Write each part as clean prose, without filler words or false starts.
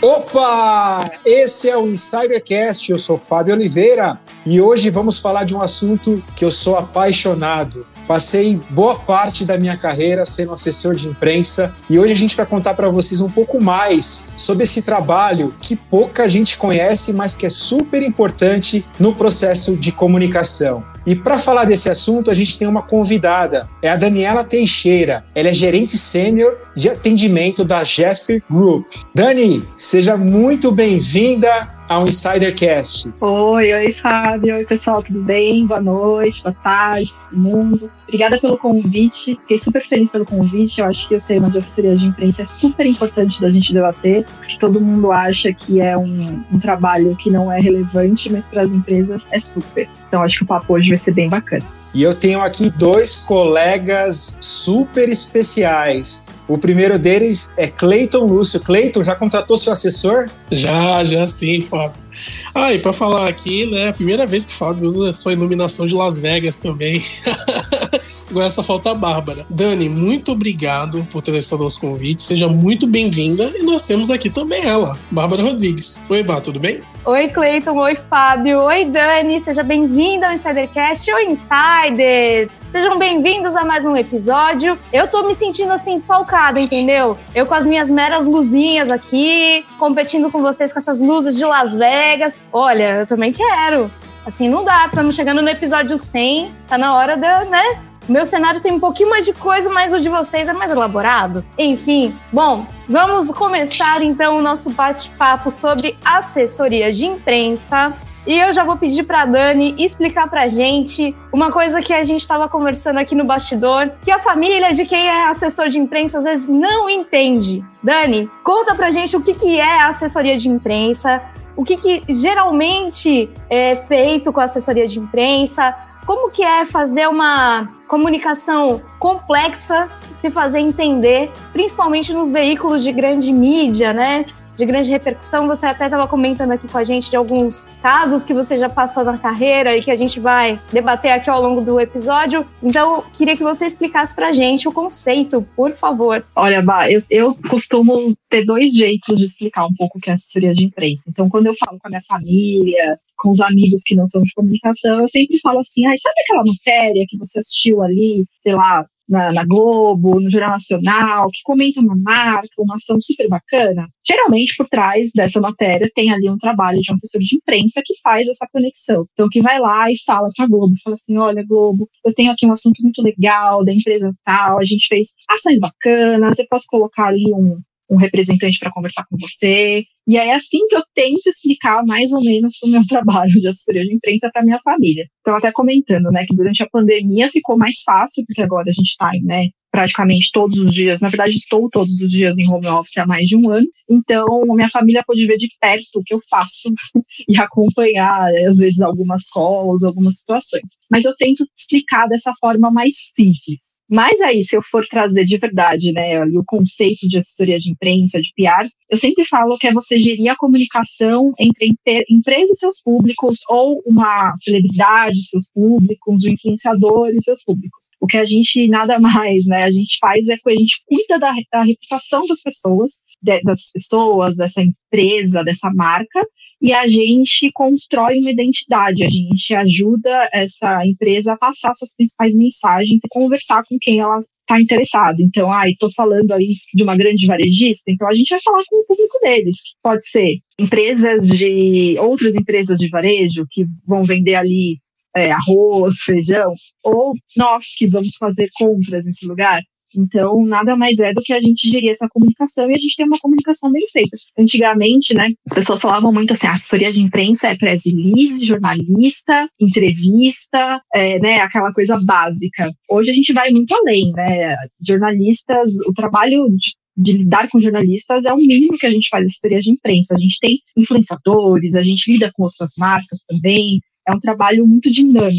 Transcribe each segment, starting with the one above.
Opa! Esse é o InsiderCast, eu sou Fábio Oliveira e hoje vamos falar de um assunto que eu sou apaixonado. Passei boa parte da minha carreira sendo assessor de imprensa e hoje a gente vai contar para vocês um pouco mais sobre esse trabalho que pouca gente conhece, mas que é super importante no processo de comunicação. E para falar desse assunto, a gente tem uma convidada, é a Daniela Teixeira. Ela é gerente sênior de atendimento da Jefferies Group. Dani, seja muito bem-vinda ao InsiderCast. Oi, Fábio. Oi, pessoal, tudo bem? Boa noite, boa tarde, todo mundo. Obrigada pelo convite. Fiquei super feliz pelo convite. Eu acho que o tema de assessoria de imprensa é super importante da gente debater, porque todo mundo acha que é um trabalho que não é relevante, mas para as empresas é super. Então, acho que o papo hoje vai ser bem bacana. E eu tenho aqui dois colegas super especiais. O primeiro deles é Cleiton Lúcio. Cleiton, já contratou seu assessor? Já sim, Fábio. E para falar aqui, né, a primeira vez que Fábio usa sua iluminação de Las Vegas também. Agora só falta a Bárbara. Dani, muito obrigado por ter aceitado nosso convite. Seja muito bem-vinda. E nós temos aqui também ela, Bárbara Rodrigues. Oi, Bá, tudo bem? Oi, Cleiton. Oi, Fábio. Oi, Dani. Seja bem-vinda ao InsiderCast. Oi, Insiders. Sejam bem-vindos a mais um episódio. Eu tô me sentindo assim, desfalcada, entendeu? Eu com as minhas meras luzinhas aqui, competindo com vocês com essas luzes de Las Vegas. Olha, eu também quero. Assim, não dá. Estamos chegando no episódio 100. Tá na hora né? O meu cenário tem um pouquinho mais de coisa, mas o de vocês é mais elaborado. Enfim, bom, vamos começar então o nosso bate-papo sobre assessoria de imprensa. E eu já vou pedir para a Dani explicar para a gente uma coisa que a gente estava conversando aqui no bastidor, que a família de quem é assessor de imprensa às vezes não entende. Dani, conta para a gente o que é a assessoria de imprensa, o que geralmente é feito com a assessoria de imprensa, como que é fazer uma comunicação complexa, se fazer entender, principalmente nos veículos de grande mídia, né? De grande repercussão. Você até estava comentando aqui com a gente de alguns casos que você já passou na carreira e que a gente vai debater aqui ao longo do episódio. Então, queria que você explicasse pra gente o conceito, por favor. Olha, Bá, eu costumo ter dois jeitos de explicar um pouco o que é assessoria de imprensa. Então, quando eu falo com a minha família, com os amigos que não são de comunicação, eu sempre falo assim, sabe aquela matéria que você assistiu ali, sei lá, na Globo, no Jornal Nacional, que comenta uma marca, uma ação super bacana? Geralmente, por trás dessa matéria, tem ali um trabalho de um assessor de imprensa que faz essa conexão. Então, que vai lá e fala com a Globo, fala assim, olha, Globo, eu tenho aqui um assunto muito legal da empresa tal, a gente fez ações bacanas, eu posso colocar ali um representante para conversar com você. E é assim que eu tento explicar mais ou menos o meu trabalho de assessoria de imprensa para minha família. Então, até comentando, né, que durante a pandemia ficou mais fácil, porque agora a gente está, né, praticamente todos os dias, na verdade estou todos os dias em home office há mais de um ano, então minha família pôde ver de perto o que eu faço e acompanhar, às vezes, algumas calls, algumas situações. Mas eu tento explicar dessa forma mais simples. Mas aí, se eu for trazer de verdade, né, o conceito de assessoria de imprensa, de PR, eu sempre falo que é você gerir a comunicação entre empresa e seus públicos, ou uma celebridade e seus públicos, um influenciador e seus públicos. O que a gente nada mais, né, a gente faz é que a gente cuida da reputação das pessoas, dessas pessoas, dessa empresa, dessa marca, e a gente constrói uma identidade, a gente ajuda essa empresa a passar suas principais mensagens e conversar com quem ela está interessado. Então, estou falando ali de uma grande varejista, então a gente vai falar com o público deles, que pode ser outras empresas de varejo que vão vender ali arroz, feijão, ou nós que vamos fazer compras nesse lugar. Então, nada mais é do que a gente gerir essa comunicação e a gente ter uma comunicação bem feita. Antigamente, né, as pessoas falavam muito assim, a assessoria de imprensa é press release, jornalista, entrevista, né, aquela coisa básica. Hoje a gente vai muito além, né, jornalistas, o trabalho de lidar com jornalistas é o mínimo que a gente faz assessoria de imprensa. A gente tem influenciadores, a gente lida com outras marcas também. É um trabalho muito dinâmico.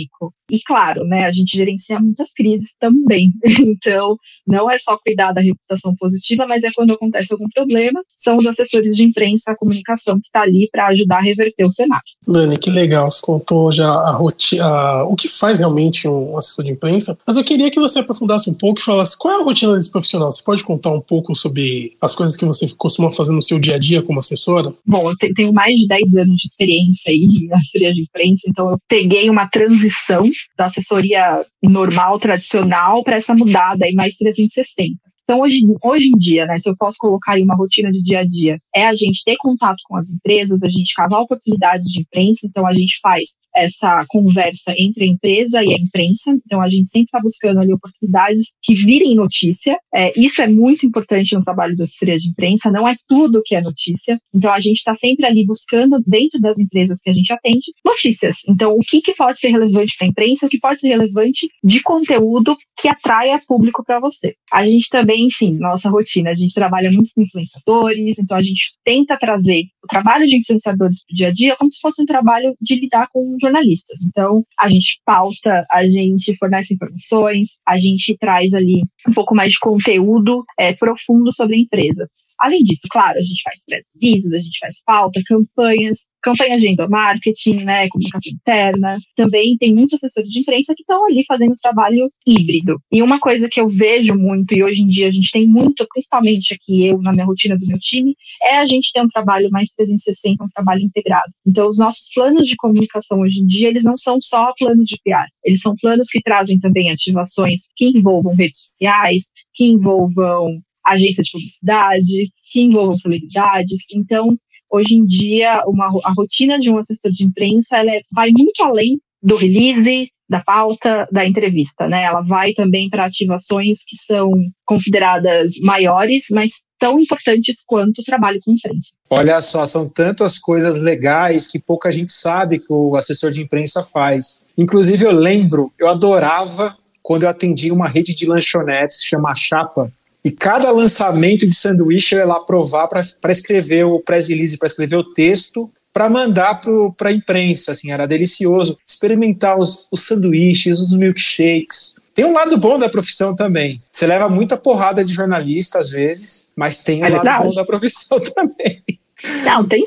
E claro, né, a gente gerencia muitas crises também. Então, não é só cuidar da reputação positiva, mas é quando acontece algum problema, são os assessores de imprensa, a comunicação que está ali para ajudar a reverter o cenário. Dani, que legal, você contou já a rotina, o que faz realmente um assessor de imprensa, mas eu queria que você aprofundasse um pouco e falasse qual é a rotina desse profissional. Você pode contar um pouco sobre as coisas que você costuma fazer no seu dia a dia como assessora? Bom, eu tenho mais de 10 anos de experiência aí em assessoria de imprensa, então eu peguei uma transição da assessoria normal, tradicional, para essa mudada aí mais 360. Então, hoje em dia, né, se eu posso colocar aí uma rotina de dia a dia, é a gente ter contato com as empresas, a gente cavar oportunidades de imprensa, então a gente faz essa conversa entre a empresa e a imprensa, então a gente sempre está buscando ali oportunidades que virem notícia, isso é muito importante no trabalho de assessoria de imprensa, não é tudo que é notícia, então a gente está sempre ali buscando, dentro das empresas que a gente atende, notícias, então o que pode ser relevante para a imprensa, o que pode ser relevante de conteúdo que atraia público para você. A gente também, enfim, nossa rotina, a gente trabalha muito com influenciadores, então a gente tenta trazer o trabalho de influenciadores para o dia a dia como se fosse um trabalho de lidar com jornalistas. Então, a gente pauta, a gente fornece informações, a gente traz ali um pouco mais de conteúdo profundo sobre a empresa. Além disso, claro, a gente faz press releases, a gente faz pauta, campanhas de endomarketing, né, comunicação interna. Também tem muitos assessores de imprensa que estão ali fazendo trabalho híbrido. E uma coisa que eu vejo muito, e hoje em dia a gente tem muito, principalmente aqui eu, na minha rotina do meu time, é a gente ter um trabalho mais 360, um trabalho integrado. Então, os nossos planos de comunicação hoje em dia, eles não são só planos de PR. Eles são planos que trazem também ativações que envolvam redes sociais, que envolvam agência de publicidade, que envolvam celebridades. Então, hoje em dia, a rotina de um assessor de imprensa vai muito além do release, da pauta, da entrevista, né? Ela vai também para ativações que são consideradas maiores, mas tão importantes quanto o trabalho com imprensa. Olha só, são tantas coisas legais que pouca gente sabe que o assessor de imprensa faz. Inclusive, eu adorava quando eu atendia uma rede de lanchonetes, chama Chapa, e cada lançamento de sanduíche eu ia lá aprovar para escrever o press release, para escrever o texto, para mandar para a imprensa. Assim, era delicioso experimentar os sanduíches, os milkshakes. Tem um lado bom da profissão também. Você leva muita porrada de jornalista às vezes, mas tem um lado bom da profissão também. Não, tem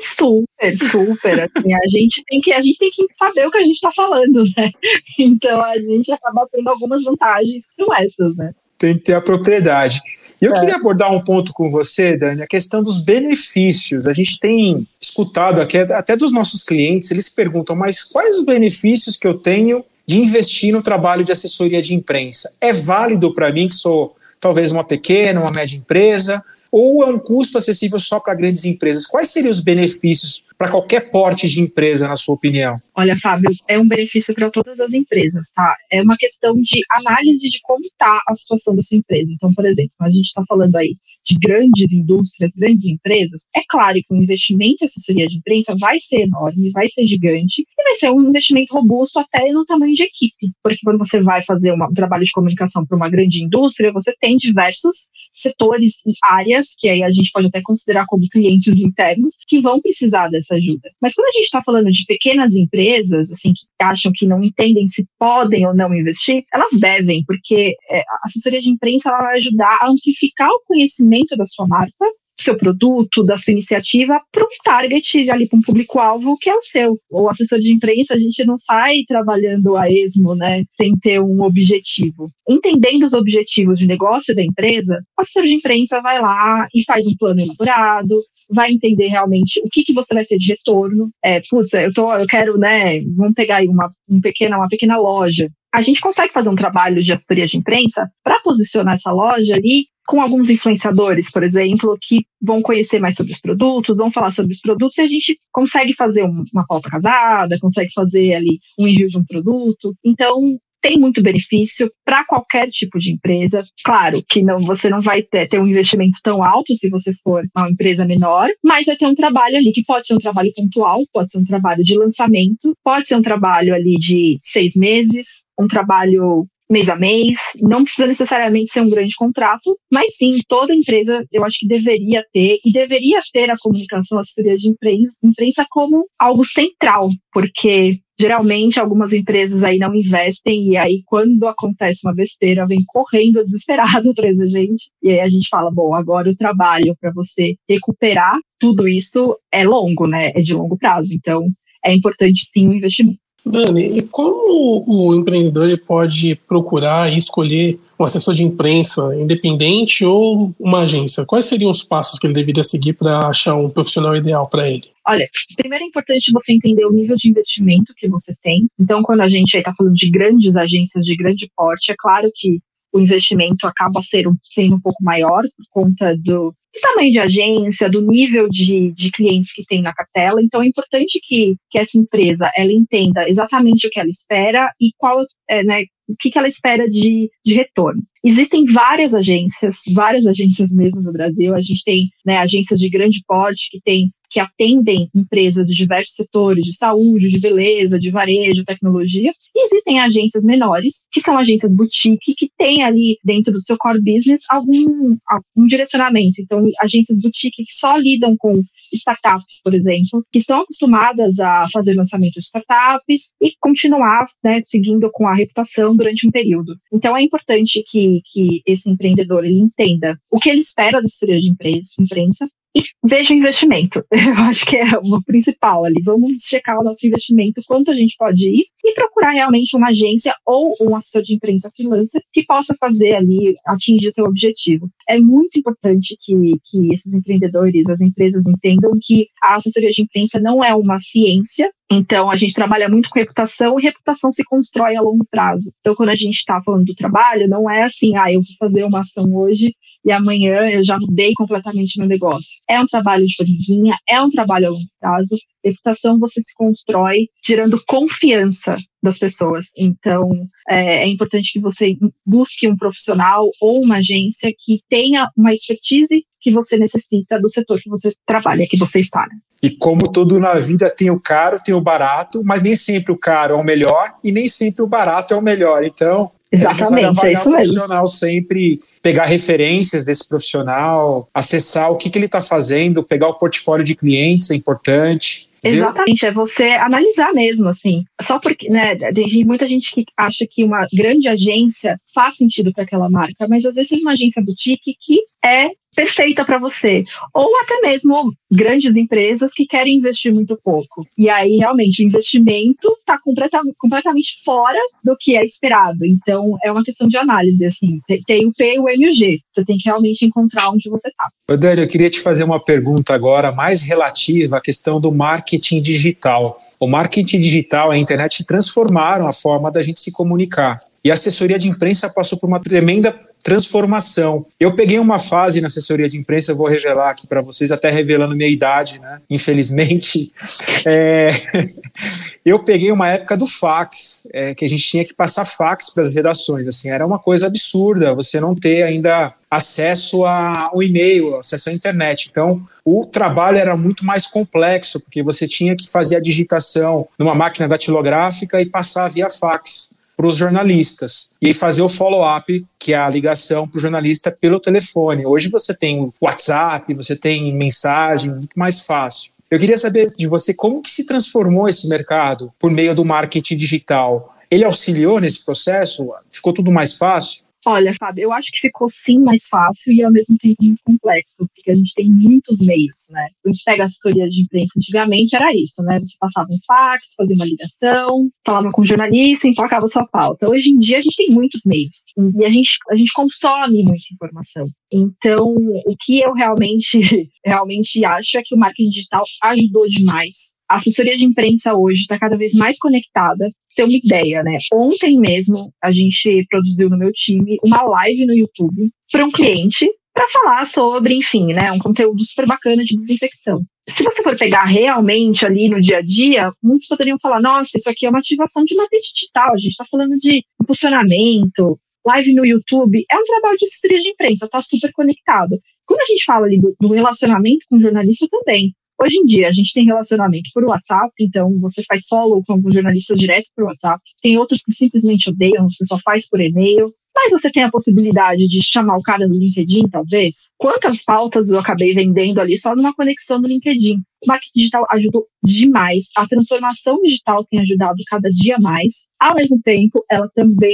super. Assim, a gente tem que saber o que a gente está falando, né? Então a gente acaba tendo algumas vantagens que são essas, né? Tem que ter a propriedade. E eu queria abordar um ponto com você, Dani, a questão dos benefícios. A gente tem escutado aqui, até dos nossos clientes, eles perguntam, mas quais os benefícios que eu tenho de investir no trabalho de assessoria de imprensa? É válido para mim, que sou talvez uma pequena, uma média empresa, ou é um custo acessível só para grandes empresas? Quais seriam os benefícios para qualquer porte de empresa, na sua opinião? Olha, Fábio, é um benefício para todas as empresas, tá? É uma questão de análise de como está a situação da sua empresa. Então, por exemplo, a gente está falando aí de grandes indústrias, grandes empresas, é claro que o investimento em assessoria de imprensa vai ser enorme, vai ser gigante, e vai ser um investimento robusto até no tamanho de equipe. Porque quando você vai fazer um trabalho de comunicação para uma grande indústria, você tem diversos setores e áreas, que aí a gente pode até considerar como clientes internos, que vão precisar dessa ajuda. Mas quando a gente está falando de pequenas empresas, assim, que acham que não entendem se podem ou não investir, elas devem, porque a assessoria de imprensa ela vai ajudar a amplificar o conhecimento da sua marca, do seu produto, da sua iniciativa, para um target, ali para um público-alvo que é o seu. O assessor de imprensa, a gente não sai trabalhando a esmo, né, sem ter um objetivo. Entendendo os objetivos de negócio da empresa, o assessor de imprensa vai lá e faz um plano elaborado, vai entender realmente o que você vai ter de retorno. Eu quero, né, vamos pegar aí uma pequena loja. A gente consegue fazer um trabalho de assessoria de imprensa para posicionar essa loja ali com alguns influenciadores, por exemplo, que vão conhecer mais sobre os produtos, vão falar sobre os produtos, e a gente consegue fazer uma pauta casada, consegue fazer ali um envio de um produto. Então, tem muito benefício para qualquer tipo de empresa. Claro que você não vai ter um investimento tão alto se você for uma empresa menor, mas vai ter um trabalho ali que pode ser um trabalho pontual, pode ser um trabalho de lançamento, pode ser um trabalho ali de 6 meses, um trabalho mês a mês, não precisa necessariamente ser um grande contrato, mas sim, toda empresa eu acho que deveria ter a comunicação, a assessoria de imprensa como algo central, porque Geralmente, algumas empresas aí não investem, e aí, quando acontece uma besteira, vem correndo desesperado atrás da gente. E aí a gente fala, bom, agora o trabalho para você recuperar tudo isso é longo, né? É de longo prazo. Então, é importante, sim, o investimento. Dani, e como o empreendedor ele pode procurar e escolher um assessor de imprensa independente ou uma agência? Quais seriam os passos que ele deveria seguir para achar um profissional ideal para ele? Olha, primeiro é importante você entender o nível de investimento que você tem. Então, quando a gente está falando de grandes agências de grande porte, é claro que o investimento acaba sendo um pouco maior por conta do tamanho de agência, do nível de clientes que tem na cartela. Então, é importante que essa empresa ela entenda exatamente o que ela espera e qual o que ela espera de retorno. Existem várias agências mesmo no Brasil. A gente tem agências de grande porte que atendem empresas de diversos setores, de saúde, de beleza, de varejo, tecnologia. E existem agências menores, que são agências boutique, que têm ali dentro do seu core business algum direcionamento. Então, agências boutique que só lidam com startups, por exemplo, que estão acostumadas a fazer lançamento de startups e continuar seguindo com a reputação durante um período. Então, é importante que esse empreendedor ele entenda o que ele espera da assessoria de imprensa e veja o investimento. Eu acho que é o principal ali. Vamos checar o nosso investimento, quanto a gente pode ir e procurar realmente uma agência ou um assessor de imprensa freelancer que possa fazer ali, atingir o seu objetivo. É muito importante que esses empreendedores, as empresas entendam que a assessoria de imprensa não é uma ciência. Então, a gente trabalha muito com reputação e reputação se constrói a longo prazo. Então, quando a gente está falando do trabalho, não é assim, eu vou fazer uma ação hoje e amanhã eu já mudei completamente meu negócio. É um trabalho de formiguinha, é um trabalho a longo prazo. Reputação você se constrói gerando confiança das pessoas. Então, é importante que você busque um profissional ou uma agência que tenha uma expertise que você necessita do setor que você trabalha, que você está, né? E como tudo na vida tem o caro, tem o barato, mas nem sempre o caro é o melhor e nem sempre o barato é o melhor. Então, exatamente, é isso mesmo. O profissional sempre pegar referências desse profissional, acessar o que ele está fazendo, pegar o portfólio de clientes é importante. Exatamente, é você analisar mesmo, assim. Só porque, tem muita gente que acha que uma grande agência faz sentido para aquela marca, mas às vezes tem uma agência boutique que é perfeita para você. Ou até mesmo grandes empresas que querem investir muito pouco. E aí, realmente, o investimento está completamente fora do que é esperado. Então, é uma questão de análise, assim. Tem o P e o M e o G. Você tem que realmente encontrar onde você está. Dani, eu queria te fazer uma pergunta agora mais relativa à questão do marketing digital. O marketing digital e a internet transformaram a forma da gente se comunicar. E a assessoria de imprensa passou por uma tremenda transformação. Eu peguei uma fase na assessoria de imprensa, eu vou revelar aqui para vocês, até revelando minha idade, né? Infelizmente. Eu peguei uma época do fax, que a gente tinha que passar fax para as redações. Assim, era uma coisa absurda você não ter ainda acesso ao e-mail, acesso à internet. Então, o trabalho era muito mais complexo, porque você tinha que fazer a digitação numa máquina datilográfica e passar via fax para os jornalistas e fazer o follow-up, que é a ligação para o jornalista pelo telefone. Hoje você tem WhatsApp, você tem mensagem, muito mais fácil. Eu queria saber de você como que se transformou esse mercado por meio do marketing digital. Ele auxiliou nesse processo? Ficou tudo mais fácil? Olha, Fábio, eu acho que ficou sim mais fácil e ao mesmo tempo muito complexo, porque a gente tem muitos meios, né? A gente pega a assessoria de imprensa antigamente, era isso, né? Você passava um fax, fazia uma ligação, falava com o jornalista, emplacava sua pauta. Hoje em dia a gente tem muitos meios e a gente consome muita informação. Então, o que eu realmente acho é que o marketing digital ajudou demais. A assessoria de imprensa hoje está cada vez mais conectada. Pra ter uma ideia, né? Ontem mesmo a gente produziu no meu time uma live no YouTube para um cliente para falar sobre, enfim, né, um conteúdo super bacana de desinfecção. Se você for pegar realmente ali no dia a dia, muitos poderiam falar, nossa, isso aqui é uma ativação de marketing digital, a gente está falando de impulsionamento, live no YouTube, é um trabalho de assessoria de imprensa, está super conectado. Quando a gente fala ali do relacionamento com o jornalista também, hoje em dia, a gente tem relacionamento por WhatsApp, então você faz follow com algum jornalista direto por WhatsApp. Tem outros que simplesmente odeiam, você só faz por e-mail. Mas você tem a possibilidade de chamar o cara no LinkedIn, talvez? Quantas pautas eu acabei vendendo ali só numa conexão no LinkedIn? o marketing digital ajudou demais, a transformação digital tem ajudado cada dia mais. Ao mesmo tempo, ela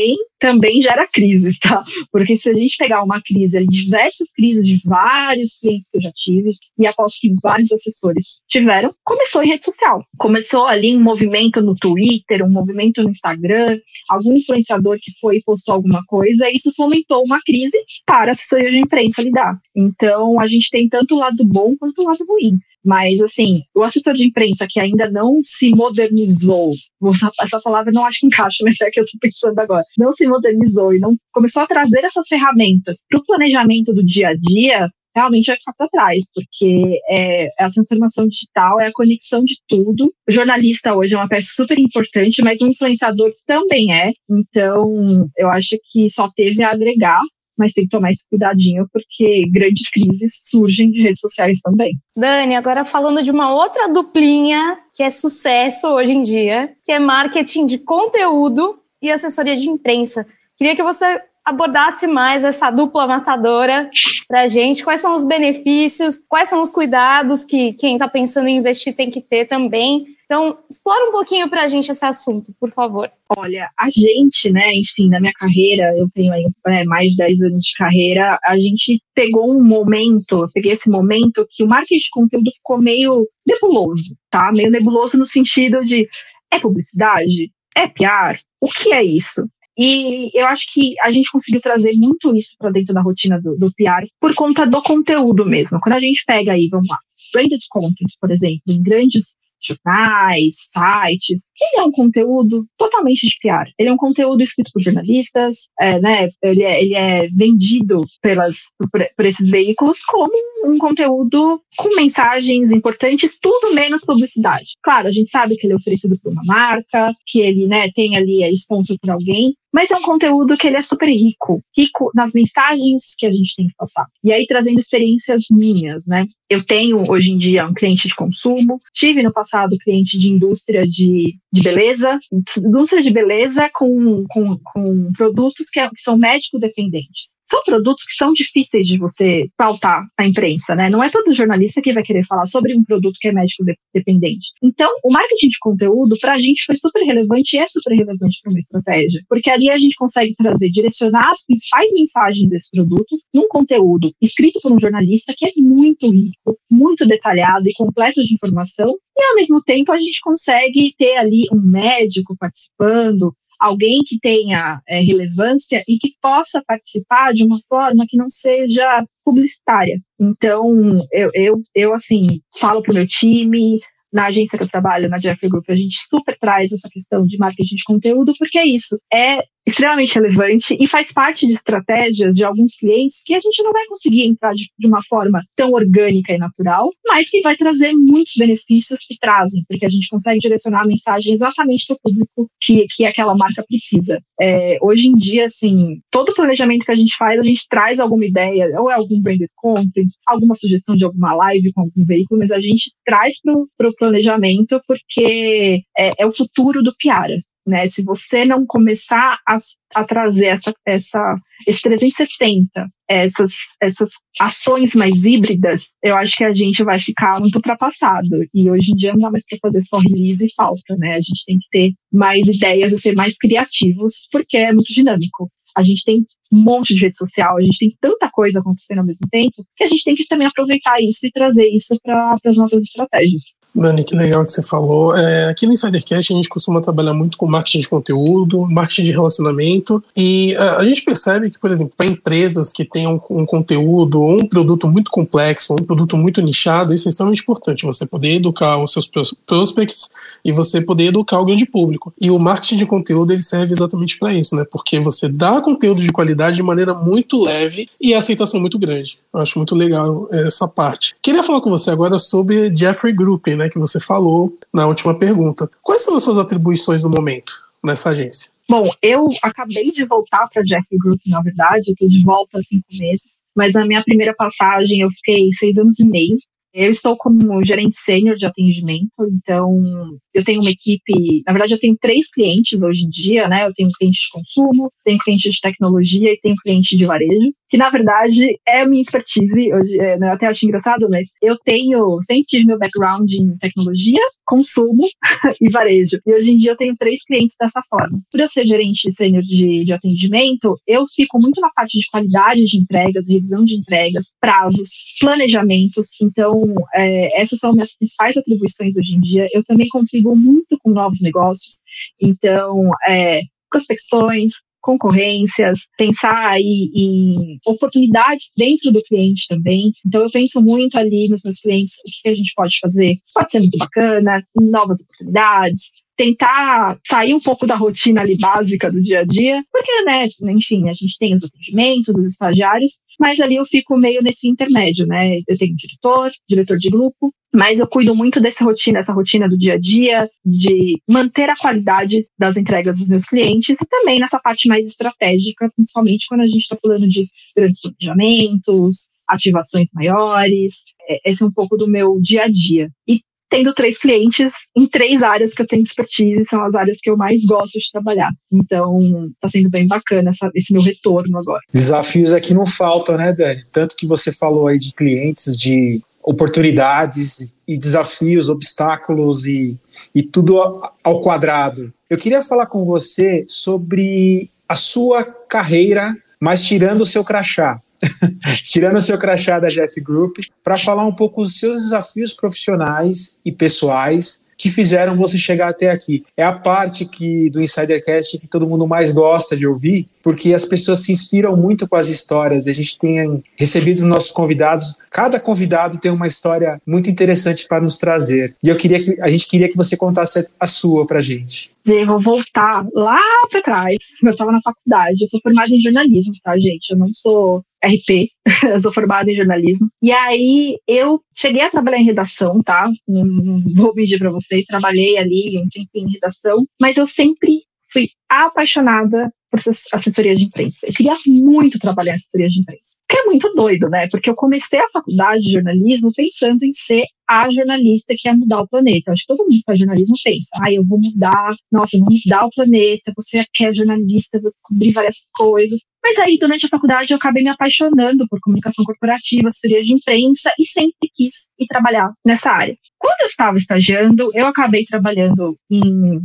também gera crises, tá? Porque se a gente pegar uma crise, diversas crises de vários clientes que eu já tive, e aposto que vários assessores tiveram, começou em rede social. Começou ali um movimento no Twitter, um movimento no Instagram, algum influenciador que foi e postou alguma coisa, e isso fomentou uma crise para a assessoria de imprensa lidar. Então, a gente tem tanto o lado bom quanto o lado ruim. Mas, assim, o assessor de imprensa que ainda não se modernizou, essa palavra não acho que encaixa, mas é a que eu estou pensando agora, não se modernizou e não começou a trazer essas ferramentas para o planejamento do dia a dia, realmente vai ficar para trás, porque a transformação digital é a conexão de tudo. O jornalista hoje é uma peça super importante, mas o influenciador também é. Então, eu acho que só teve a agregar, mas tem que tomar esse cuidadinho, porque grandes crises surgem de redes sociais também. Dani, agora falando de uma outra duplinha que é sucesso hoje em dia, que é marketing de conteúdo e assessoria de imprensa. Queria que você abordasse mais essa dupla matadora pra gente. Quais são os benefícios, quais são os cuidados que quem está pensando em investir tem que ter também. Então, explora um pouquinho pra gente esse assunto, por favor. Olha, a gente, né, enfim, na minha carreira, eu tenho aí mais de 10 anos de carreira, a gente pegou um momento, eu peguei esse momento que o marketing de conteúdo ficou meio nebuloso, tá? Meio nebuloso no sentido de, é publicidade? É PR? O que é isso? E eu acho que a gente conseguiu trazer muito isso para dentro da rotina do PR por conta do conteúdo mesmo. Quando a gente pega aí, vamos lá, branded content, por exemplo, em grandes jornais, sites, ele é um conteúdo totalmente de PR. Ele é um conteúdo escrito por jornalistas, né? Ele é vendido por esses veículos como um conteúdo com mensagens importantes, tudo menos publicidade. Claro, a gente sabe que ele é oferecido por uma marca, que ele, né, tem ali, é sponsor por alguém, mas é um conteúdo que ele é super rico nas mensagens que a gente tem que passar. E aí, trazendo experiências minhas, né? Eu tenho, hoje em dia, um cliente de consumo, tive no passado cliente de indústria de beleza, indústria de beleza com produtos que são médico-dependentes. São produtos que são difíceis de você pautar na imprensa, né? Não é todo jornalista que vai querer falar sobre um produto que é médico-dependente. Então, o marketing de conteúdo, para a gente, foi super relevante e é super relevante para uma estratégia, porque ali a gente consegue direcionar as principais mensagens desse produto num conteúdo escrito por um jornalista que é muito rico, muito detalhado e completo de informação, e ao mesmo tempo a gente consegue ter ali um médico participando, alguém que tenha relevância e que possa participar de uma forma que não seja publicitária. Então, eu assim, falo para o meu time, na agência que eu trabalho, na Jeffrey Group, a gente super traz essa questão de marketing de conteúdo, porque é isso, é extremamente relevante e faz parte de estratégias de alguns clientes que a gente não vai conseguir entrar de uma forma tão orgânica e natural, mas que vai trazer muitos benefícios que trazem, porque a gente consegue direcionar a mensagem exatamente para o público que aquela marca precisa. Hoje em dia, assim, todo planejamento que a gente faz, a gente traz alguma ideia, ou é algum branded content, alguma sugestão de alguma live com algum veículo, mas a gente traz para o planejamento porque é o futuro do PR. Né? Se você não começar a trazer esse 360, essas ações mais híbridas, eu acho que a gente vai ficar muito ultrapassado. E hoje em dia não dá mais para fazer só release e pauta, né? A gente tem que ter mais ideias e ser mais criativos, porque é muito dinâmico. A gente tem um monte de rede social, a gente tem tanta coisa acontecendo ao mesmo tempo, que a gente tem que também aproveitar isso e trazer isso para as nossas estratégias. Dani, que legal que você falou. Aqui no Insidercast a gente costuma trabalhar muito com marketing de conteúdo, marketing de relacionamento, e a gente percebe que, por exemplo, para empresas que tenham um conteúdo ou um produto muito complexo, um produto muito nichado, isso é extremamente importante, você poder educar os seus prospects e você poder educar o grande público. E o marketing de conteúdo, ele serve exatamente para isso, né? Porque você dá conteúdo de qualidade de maneira muito leve e a aceitação muito grande. Eu acho muito legal essa parte. Queria falar com você agora sobre Jeffrey Group, né, que você falou na última pergunta. Quais são as suas atribuições no momento nessa agência? Bom, eu acabei de voltar para a Jeffrey Group, na verdade, eu estou de volta há 5 meses, mas a minha primeira passagem eu fiquei 6 anos e meio. Eu estou como gerente sênior de atendimento, então eu tenho uma equipe, na verdade eu tenho 3 clientes hoje em dia, né? Eu tenho um cliente de consumo, tenho cliente de tecnologia e tenho cliente de varejo. que na verdade é a minha expertise. Hoje, eu até acho engraçado, mas eu sempre tive meu background em tecnologia, consumo e varejo. E hoje em dia eu tenho 3 clientes dessa forma. Por eu ser gerente sênior de atendimento, eu fico muito na parte de qualidade de entregas, revisão de entregas, prazos, planejamentos. Então, essas são minhas principais atribuições hoje em dia. Eu também contribuo muito com novos negócios. Então, prospecções, concorrências, pensar em oportunidades dentro do cliente também. Então, eu penso muito ali nos meus clientes, o que a gente pode fazer. Pode ser muito bacana, novas oportunidades, tentar sair um pouco da rotina ali básica do dia a dia, porque, né, enfim, a gente tem os atendimentos, os estagiários, mas ali eu fico meio nesse intermédio, né? Eu tenho diretor de grupo, mas eu cuido muito essa rotina do dia a dia, de manter a qualidade das entregas dos meus clientes e também nessa parte mais estratégica, principalmente quando a gente está falando de grandes planejamentos, ativações maiores. Esse é um pouco do meu dia a dia. E tendo 3 clientes em 3 áreas que eu tenho expertise, são as áreas que eu mais gosto de trabalhar. Então, tá sendo bem bacana esse meu retorno agora. Desafios aqui não faltam, né, Dani? Tanto que você falou aí de clientes, de oportunidades e desafios, obstáculos e tudo ao quadrado. Eu queria falar com você sobre a sua carreira, mas tirando o seu crachá. Tirando o seu crachá da GF Group, para falar um pouco dos seus desafios profissionais e pessoais que fizeram você chegar até aqui. É a parte do Insidercast que todo mundo mais gosta de ouvir, porque as pessoas se inspiram muito com as histórias. A gente tem recebido os nossos convidados, cada convidado tem uma história muito interessante para nos trazer. E a gente queria que você contasse a sua pra gente. Vou voltar lá para trás. Eu estava na faculdade, eu sou formada em jornalismo, tá, gente? Eu não sou RP, eu sou formada em jornalismo. E aí eu cheguei a trabalhar em redação, tá? Não vou mentir para vocês, trabalhei ali um tempinho em redação, mas eu sempre fui apaixonada por assessoria de imprensa. Eu queria muito trabalhar em assessoria de imprensa. Que é muito doido, né? Porque eu comecei a faculdade de jornalismo pensando em ser a jornalista que ia mudar o planeta. Acho que todo mundo que faz jornalismo pensa, eu vou mudar o planeta, você é jornalista, vou descobrir várias coisas. Mas aí, durante a faculdade, eu acabei me apaixonando por comunicação corporativa, assessoria de imprensa, e sempre quis ir trabalhar nessa área. Quando eu estava estagiando, eu acabei trabalhando em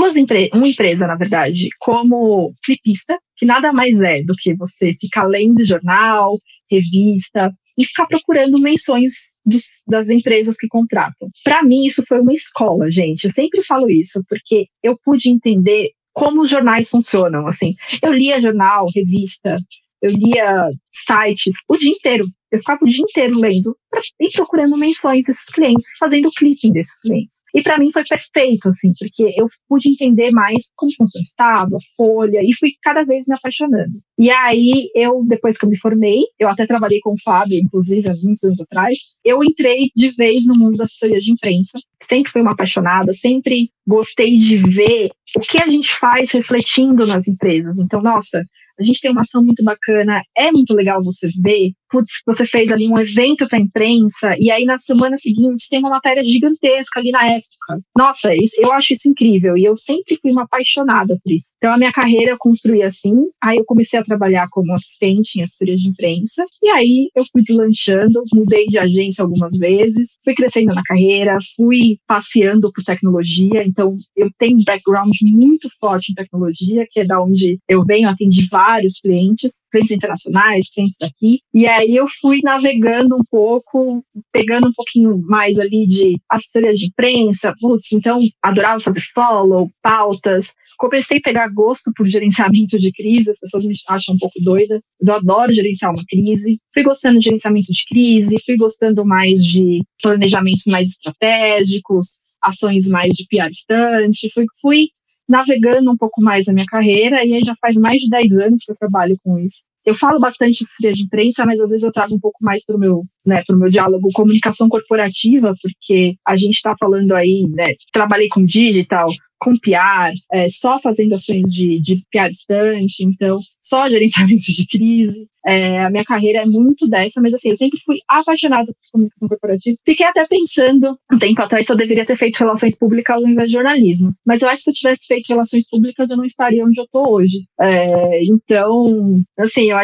uma empresa, na verdade, como flipista, que nada mais é do que você ficar lendo jornal, revista e ficar procurando menções das empresas que contratam. Para mim, isso foi uma escola, gente. Eu sempre falo isso, porque eu pude entender como os jornais funcionam, assim. Eu lia jornal, revista, eu lia sites o dia inteiro. Eu ficava o dia inteiro lendo e procurando menções desses clientes, fazendo clipping desses clientes. E para mim foi perfeito, assim, porque eu pude entender mais como funciona o Estado, a Folha, e fui cada vez me apaixonando. E aí, depois que eu me formei, eu até trabalhei com o Fábio, inclusive, há muitos anos atrás, eu entrei de vez no mundo da assessoria de imprensa. Sempre fui uma apaixonada, sempre gostei de ver o que a gente faz refletindo nas empresas. Então, nossa, a gente tem uma ação muito bacana, é muito legal você ver, você fez ali um evento para a imprensa, e aí na semana seguinte tem uma matéria gigantesca ali na época. Nossa, eu acho isso incrível, e eu sempre fui uma apaixonada por isso. Então a minha carreira eu construí assim, aí eu comecei a trabalhar como assistente em assessoria de imprensa, e aí eu fui deslanchando, mudei de agência algumas vezes, fui crescendo na carreira, fui passeando por tecnologia, então eu tenho um background muito forte em tecnologia, que é da onde eu venho, atendi vários clientes internacionais, clientes daqui, e aí eu fui navegando um pouco, pegando um pouquinho mais ali de assessoria de imprensa, então adorava fazer follow, pautas, comecei a pegar gosto por gerenciamento de crise, as pessoas me acham um pouco doida, mas eu adoro gerenciar uma crise, fui gostando de gerenciamento de crise, fui gostando mais de planejamentos mais estratégicos, ações mais de PR instante, fui navegando um pouco mais na minha carreira, e aí já faz mais de 10 anos que eu trabalho com isso. Eu falo bastante de assessoria de imprensa, mas às vezes eu trago um pouco mais para o meu diálogo comunicação corporativa, porque a gente está falando aí, né, trabalhei com digital, com PR, só fazendo ações de PR instante, então só gerenciamento de crise. A minha carreira é muito dessa, mas assim, eu sempre fui apaixonada por comunicação corporativa. Fiquei até pensando, um tempo atrás, se eu deveria ter feito relações públicas ao invés de jornalismo. Mas eu acho que se eu tivesse feito relações públicas, eu não estaria onde eu estou hoje. Então, assim, eu acho que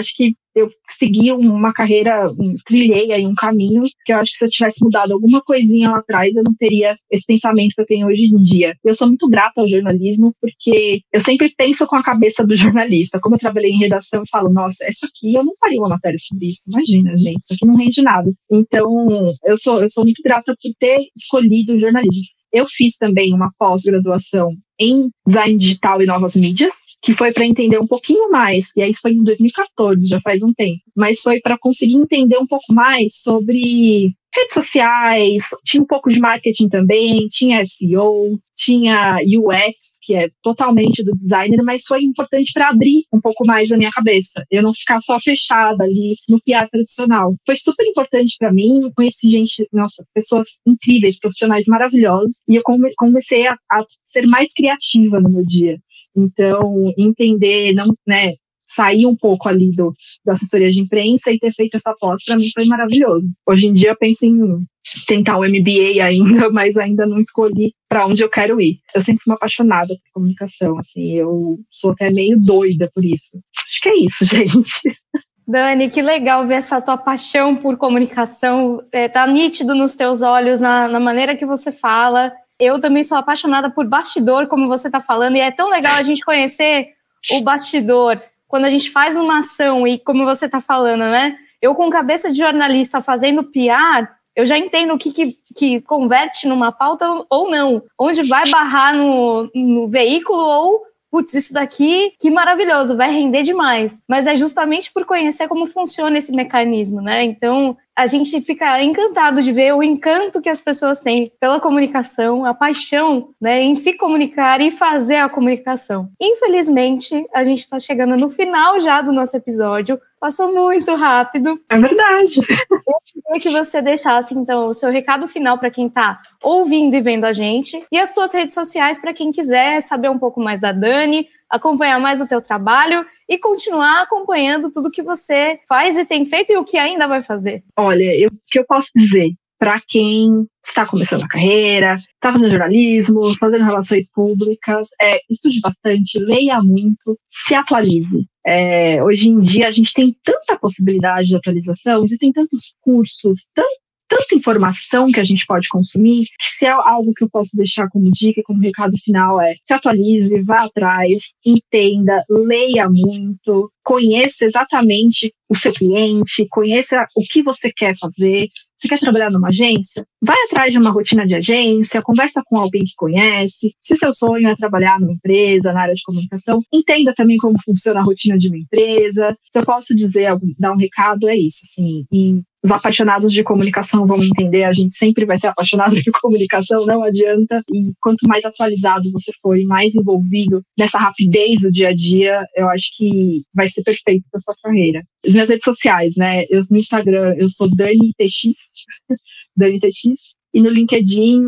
eu segui uma carreira, trilhei aí um caminho que eu acho que se eu tivesse mudado alguma coisinha lá atrás, eu não teria esse pensamento que eu tenho hoje em dia. Eu sou muito grata ao jornalismo, porque eu sempre penso com a cabeça do jornalista. Como eu trabalhei em redação, eu falo, nossa, isso aqui, eu não faria uma matéria sobre isso. Imagina, gente, isso aqui não rende nada. Então, eu sou muito grata por ter escolhido o jornalismo. Eu fiz também uma pós-graduação em design digital e novas mídias, que foi para entender um pouquinho mais, e aí isso foi em 2014, já faz um tempo, mas foi para conseguir entender um pouco mais sobre redes sociais, tinha um pouco de marketing também, tinha SEO, tinha UX, que é totalmente do designer, mas foi importante para abrir um pouco mais a minha cabeça, eu não ficar só fechada ali no PR tradicional. Foi super importante para mim, conheci gente, nossa, pessoas incríveis, profissionais maravilhosos, e eu comecei a ser mais criativa no meu dia. Então, entender, não, né, sair um pouco ali da assessoria de imprensa e ter feito essa pós, para mim foi maravilhoso. Hoje em dia eu penso em tentar um MBA ainda, mas ainda não escolhi para onde eu quero ir. Eu sempre fui uma apaixonada por comunicação, assim, eu sou até meio doida por isso. Acho que é isso, gente. Dani, que legal ver essa tua paixão por comunicação, tá nítido nos teus olhos, na maneira que você fala. Eu também sou apaixonada por bastidor, como você está falando, e é tão legal a gente conhecer o bastidor. Quando a gente faz uma ação, e como você está falando, né? Eu, com cabeça de jornalista, fazendo PR, eu já entendo o que converte numa pauta ou não. Onde vai barrar no veículo ou, putz, isso daqui, que maravilhoso, vai render demais. Mas é justamente por conhecer como funciona esse mecanismo, né? Então, a gente fica encantado de ver o encanto que as pessoas têm pela comunicação, a paixão, né, em se comunicar e fazer a comunicação. Infelizmente, a gente está chegando no final já do nosso episódio. Passou muito rápido. É verdade. Eu queria que você deixasse, então, o seu recado final para quem está ouvindo e vendo a gente e as suas redes sociais para quem quiser saber um pouco mais da Dani, acompanhar mais o teu trabalho e continuar acompanhando tudo que você faz e tem feito e o que ainda vai fazer. Olha, o que eu posso dizer para quem está começando a carreira, está fazendo jornalismo, fazendo relações públicas, estude bastante, leia muito, se atualize. Hoje em dia a gente tem tanta possibilidade de atualização, existem tantos cursos, tanta informação que a gente pode consumir, que se é algo que eu posso deixar como dica, como recado final se atualize, vá atrás, entenda, leia muito, conheça exatamente o seu cliente, conheça o que você quer fazer. Você quer trabalhar numa agência? Vai atrás de uma rotina de agência, conversa com alguém que conhece. Se o seu sonho é trabalhar numa empresa, na área de comunicação, entenda também como funciona a rotina de uma empresa. Se eu posso dar um recado, é isso, assim, os apaixonados de comunicação vão entender, a gente sempre vai ser apaixonado de comunicação, não adianta. E quanto mais atualizado você for e mais envolvido nessa rapidez do dia a dia, eu acho que vai ser perfeito para sua carreira. As minhas redes sociais, né? No Instagram, eu sou Dani TX, Dani TX, e no LinkedIn,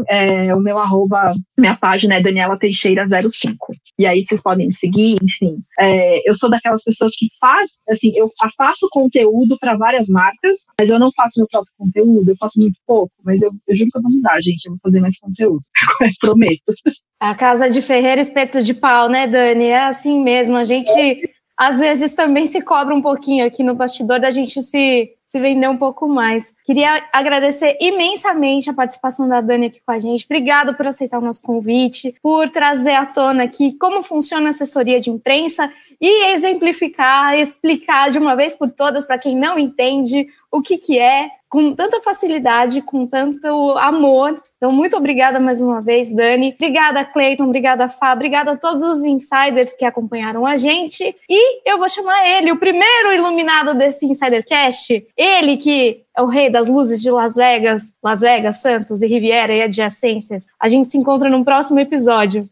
minha página é Daniela Teixeira 05. E aí vocês podem me seguir, enfim. Eu sou daquelas pessoas que eu faço conteúdo para várias marcas, mas eu não faço meu próprio conteúdo, eu faço muito pouco, mas eu juro que eu vou mudar, gente, eu vou fazer mais conteúdo, prometo. A casa de ferreiro, espeto de pau, né, Dani? É assim mesmo, a gente às vezes também se cobra um pouquinho aqui no bastidor da gente se vender um pouco mais. Queria agradecer imensamente a participação da Dani aqui com a gente. Obrigada por aceitar o nosso convite, por trazer à tona aqui como funciona a assessoria de imprensa e explicar de uma vez por todas para quem não entende o que é, com tanta facilidade, com tanto amor. Então, muito obrigada mais uma vez, Dani. Obrigada, Cleiton. Obrigada, Fá. Obrigada a todos os insiders que acompanharam a gente. E eu vou chamar ele, o primeiro iluminado desse Insidercast. Ele que é o rei das luzes de Las Vegas, Santos e Riviera e adjacências. A gente se encontra no próximo episódio.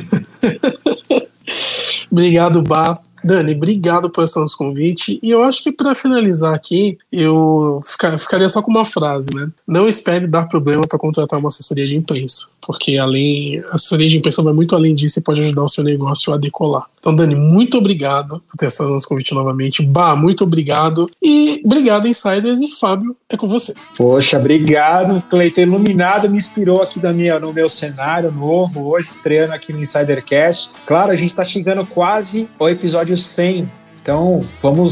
Obrigado, Bá. Dani, obrigado por estar nos convite. E eu acho que para finalizar aqui, eu ficaria só com uma frase, né? Não espere dar problema para contratar uma assessoria de imprensa, porque a assessoria de imprensa vai muito além disso e pode ajudar o seu negócio a decolar. Então, Dani, muito obrigado por ter estado nos convite novamente. Bah, muito obrigado. E obrigado, Insiders. E Fábio, é com você. Poxa, obrigado. Cleiton Iluminado me inspirou aqui no meu cenário novo, hoje estreando aqui no Insidercast. Claro, a gente está chegando quase ao episódio 100. Então, vamos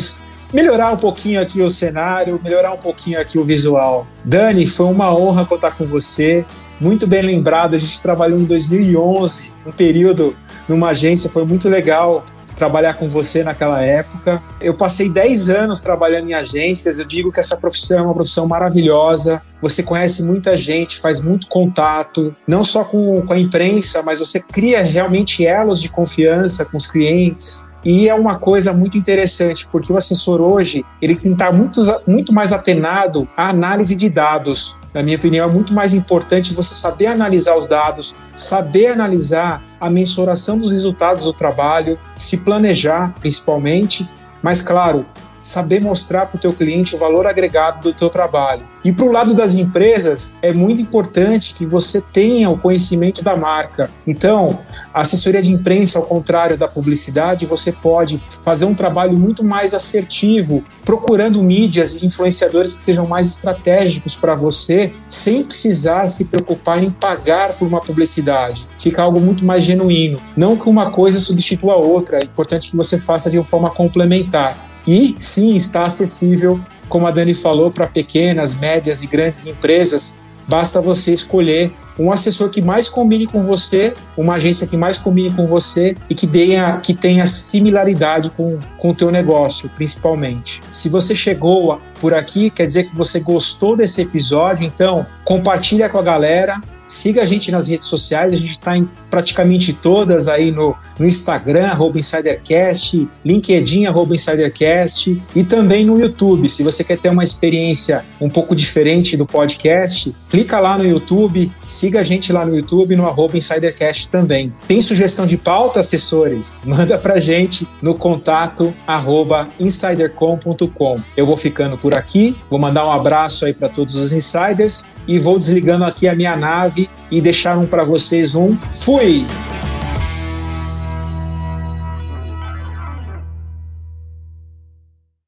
melhorar um pouquinho aqui o cenário, melhorar um pouquinho aqui o visual. Dani, foi uma honra contar com você. Muito bem lembrado, a gente trabalhou em 2011, um período numa agência, foi muito legal trabalhar com você naquela época. Eu passei 10 anos trabalhando em agências, eu digo que essa profissão é uma profissão maravilhosa, você conhece muita gente, faz muito contato, não só com a imprensa, mas você cria realmente elos de confiança com os clientes. E é uma coisa muito interessante, porque o assessor hoje, ele tem que estar muito mais atenado à análise de dados. Na minha opinião, é muito mais importante você saber analisar os dados, saber analisar a mensuração dos resultados do trabalho, se planejar, principalmente, mas, claro, saber mostrar para o teu cliente o valor agregado do teu trabalho. E para o lado das empresas, é muito importante que você tenha o conhecimento da marca. Então, a assessoria de imprensa, ao contrário da publicidade, você pode fazer um trabalho muito mais assertivo, procurando mídias e influenciadores que sejam mais estratégicos para você, sem precisar se preocupar em pagar por uma publicidade. Fica algo muito mais genuíno. Não que uma coisa substitua a outra, é importante que você faça de uma forma complementar. E sim, está acessível, como a Dani falou, para pequenas, médias e grandes empresas. Basta você escolher um assessor que mais combine com você, uma agência que mais combine com você e que tenha similaridade com o teu negócio, principalmente. Se você chegou por aqui, quer dizer que você gostou desse episódio, então compartilha com a galera. Siga a gente nas redes sociais, a gente está em praticamente todas aí no Instagram, @InsiderCast, LinkedIn, @InsiderCast e também no YouTube. Se você quer ter uma experiência um pouco diferente do podcast, clica lá no YouTube, siga a gente lá no YouTube, no @InsiderCast também. Tem sugestão de pauta, assessores? Manda pra gente no contato @insidercom.com. Eu vou ficando por aqui, vou mandar um abraço aí para todos os insiders e vou desligando aqui a minha nave e deixar para vocês um fui!